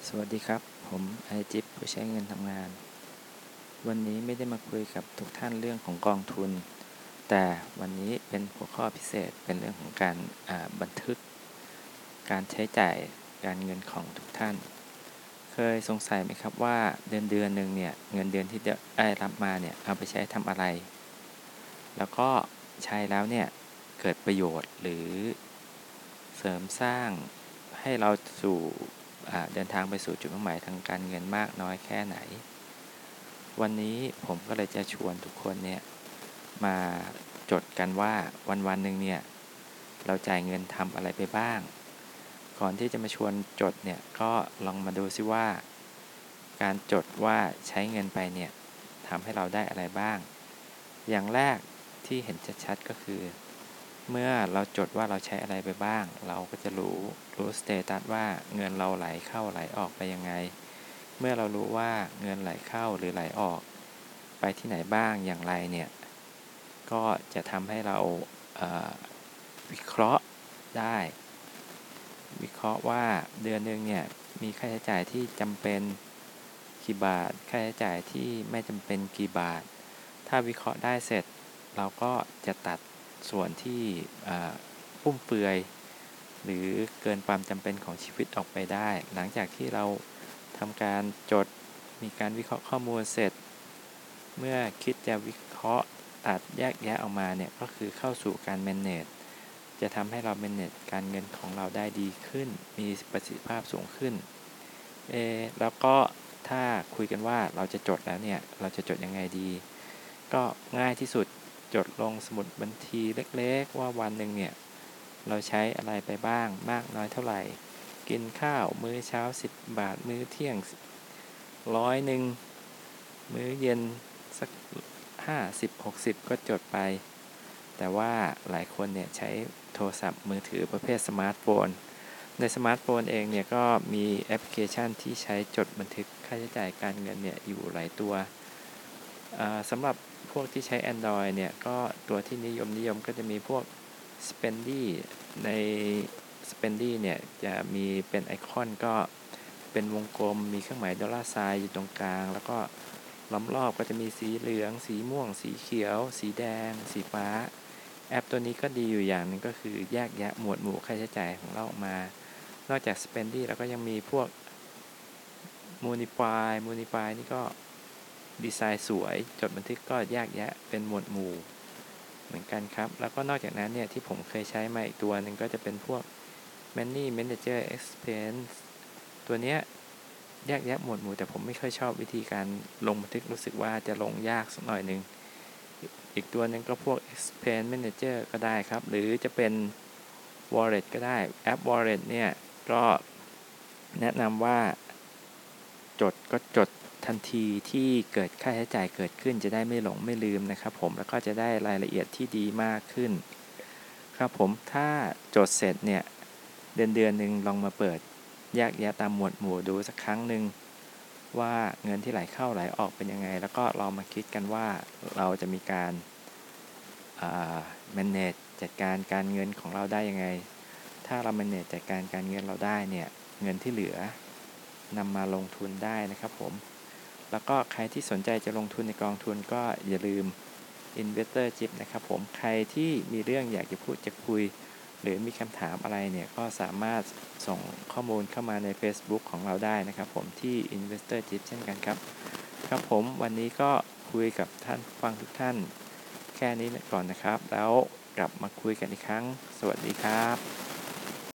สวัสดีครับผมไอจิ๊บผู้ใช้เงินทำงานวันนี้ไม่ได้มาคุยกับทุกท่านเรื่องของกองทุนแต่วันนี้เป็นหัวข้อพิเศษเป็นเรื่องของการบันทึกการใช้จ่ายการเงินของทุกท่านเคยสงสัยไหมครับว่าเดือนหนึ่งเนี่ยเงินเดือนที่ได้รับมาเนี่ยเอาไปใช้ทำอะไรแล้วก็ใช้แล้วเนี่ยเกิดประโยชน์หรือเสริมสร้างให้เราสู่เดินทางไปสู่จุดมุ่งหมายทางการเงินมากน้อยแค่ไหนวันนี้ผมก็เลยจะชวนทุกคนเนี่ยมาจดกันว่าวันหนึ่งเนี่ยเราจ่ายเงินทำอะไรไปบ้างก่อนที่จะมาชวนจดเนี่ยก็ลองมาดูซิว่าการจดว่าใช้เงินไปเนี่ยทำให้เราได้อะไรบ้างอย่างแรกที่เห็นชัดๆก็คือเมื่อเราจดว่าเราใช้อะไรไปบ้างเราก็จะรู้สเตตัสว่าเงินเราไหลเข้าไหลออกไปยังไงเมื่อเรารู้ว่าเงินไหลเข้าหรือไหลออกไปที่ไหนบ้างอย่างไรเนี่ยก็จะทำให้เราวิเคราะห์ได้วิเคราะห์ว่าเดือนนึงเนี่ยมีค่าใช้จ่ายที่จำเป็นกี่บาทค่าใช้จ่ายที่ไม่จำเป็นกี่บาทถ้าวิเคราะห์ได้เสร็จเราก็จะตัดส่วนที่ฟุ่มเฟือยหรือเกินความจำเป็นของชีวิตออกไปได้หลังจากที่เราทำการจดมีการวิเคราะห์ข้อมูลเสร็จเมื่อคิดจะวิเคราะห์ตัดแยกแยะออกมาเนี่ยก็คือเข้าสู่การ manage จะทำให้เรา manage การเงินของเราได้ดีขึ้นมีประสิทธิภาพสูงขึ้นแล้วก็ถ้าคุยกันว่าเราจะจดแล้วเนี่ยเราจะจดยังไงดีก็ง่ายที่สุดจดลงสมุดบัญชีเล็กๆว่าวันหนึ่งเนี่ยเราใช้อะไรไปบ้างมากน้อยเท่าไหร่กินข้าวมื้อเช้า10 บาทมื้อเที่ยง100มื้อเย็นสัก50-60ก็จดไปแต่ว่าหลายคนเนี่ยใช้โทรศัพท์มือถือประเภทสมาร์ทโฟนในสมาร์ทโฟนเองเนี่ยก็มีแอปพลิเคชันที่ใช้จดบันทึกค่าใช้จ่ายการเงินเนี่ยอยู่หลายตัวสำหรับพวกที่ใช้ Android เนี่ยก็ตัวที่นิยมก็จะมีพวก Spendy ใน Spendy เนี่ยจะมีเป็นไอคอนก็เป็นวงกลมมีเครื่องหมาย$อยู่ตรงกลางแล้วก็ล้อมรอบก็จะมีสีเหลืองสีม่วงสีเขียวสีแดงสีฟ้าแอปตัวนี้ก็ดีอยู่อย่างนึงก็คือแยกแยะหมวดหมู่ค่าใช้จ่ายของเราออกมานอกจาก Spendy แล้วก็ยังมีพวก Monify นี่ก็ดีไซน์สวยจดบันทึกก็แยกแยะเป็นหมวดหมู่เหมือนกันครับแล้วก็นอกจากนั้นเนี่ยที่ผมเคยใช้มาอีกตัวหนึ่งก็จะเป็นพวก Money Manager Expense ตัวเนี้ยแยกแยะหมวดหมู่แต่ผมไม่ค่อยชอบวิธีการลงบันทึกรู้สึกว่าจะลงยากสักหน่อยนึงอีกตัวนึงก็พวก Expense Manager ก็ได้ครับหรือจะเป็น Wallet ก็ได้แอป Wallet เนี่ยก็แนะนำว่าจดทันทีที่เกิดค่าใช้จ่ายเกิดขึ้นจะได้ไม่หลงไม่ลืมนะครับผมแล้วก็จะได้รายละเอียดที่ดีมากขึ้นครับผมถ้าจดเสร็จเนี่ยเดือนนึงลองมาเปิดแยกแยะตามหมวดหมู่ดูสักครั้งหนึ่งว่าเงินที่ไหลเข้าไหลออกเป็นยังไงแล้วก็เรามาคิดกันว่าเราจะมีการmanage จัดการการเงินของเราได้ยังไงถ้าเรา manage จัดการการเงินเราได้เนี่ยเงินที่เหลือนำมาลงทุนได้นะครับผมแล้วก็ใครที่สนใจจะลงทุนในกองทุนก็อย่าลืม Investor Chip นะครับผมใครที่มีเรื่องอยากจะพูดจะคุยหรือมีคำถามอะไรเนี่ยก็สามารถส่งข้อมูลเข้ามาใน Facebook ของเราได้นะครับผมที่ Investor Chip เช่นกันครับครับผมวันนี้ก็คุยกับท่านฟังทุกท่านแค่นี้ก่อนนะครับแล้วกลับมาคุยกันอีกครั้งสวัสดีครับ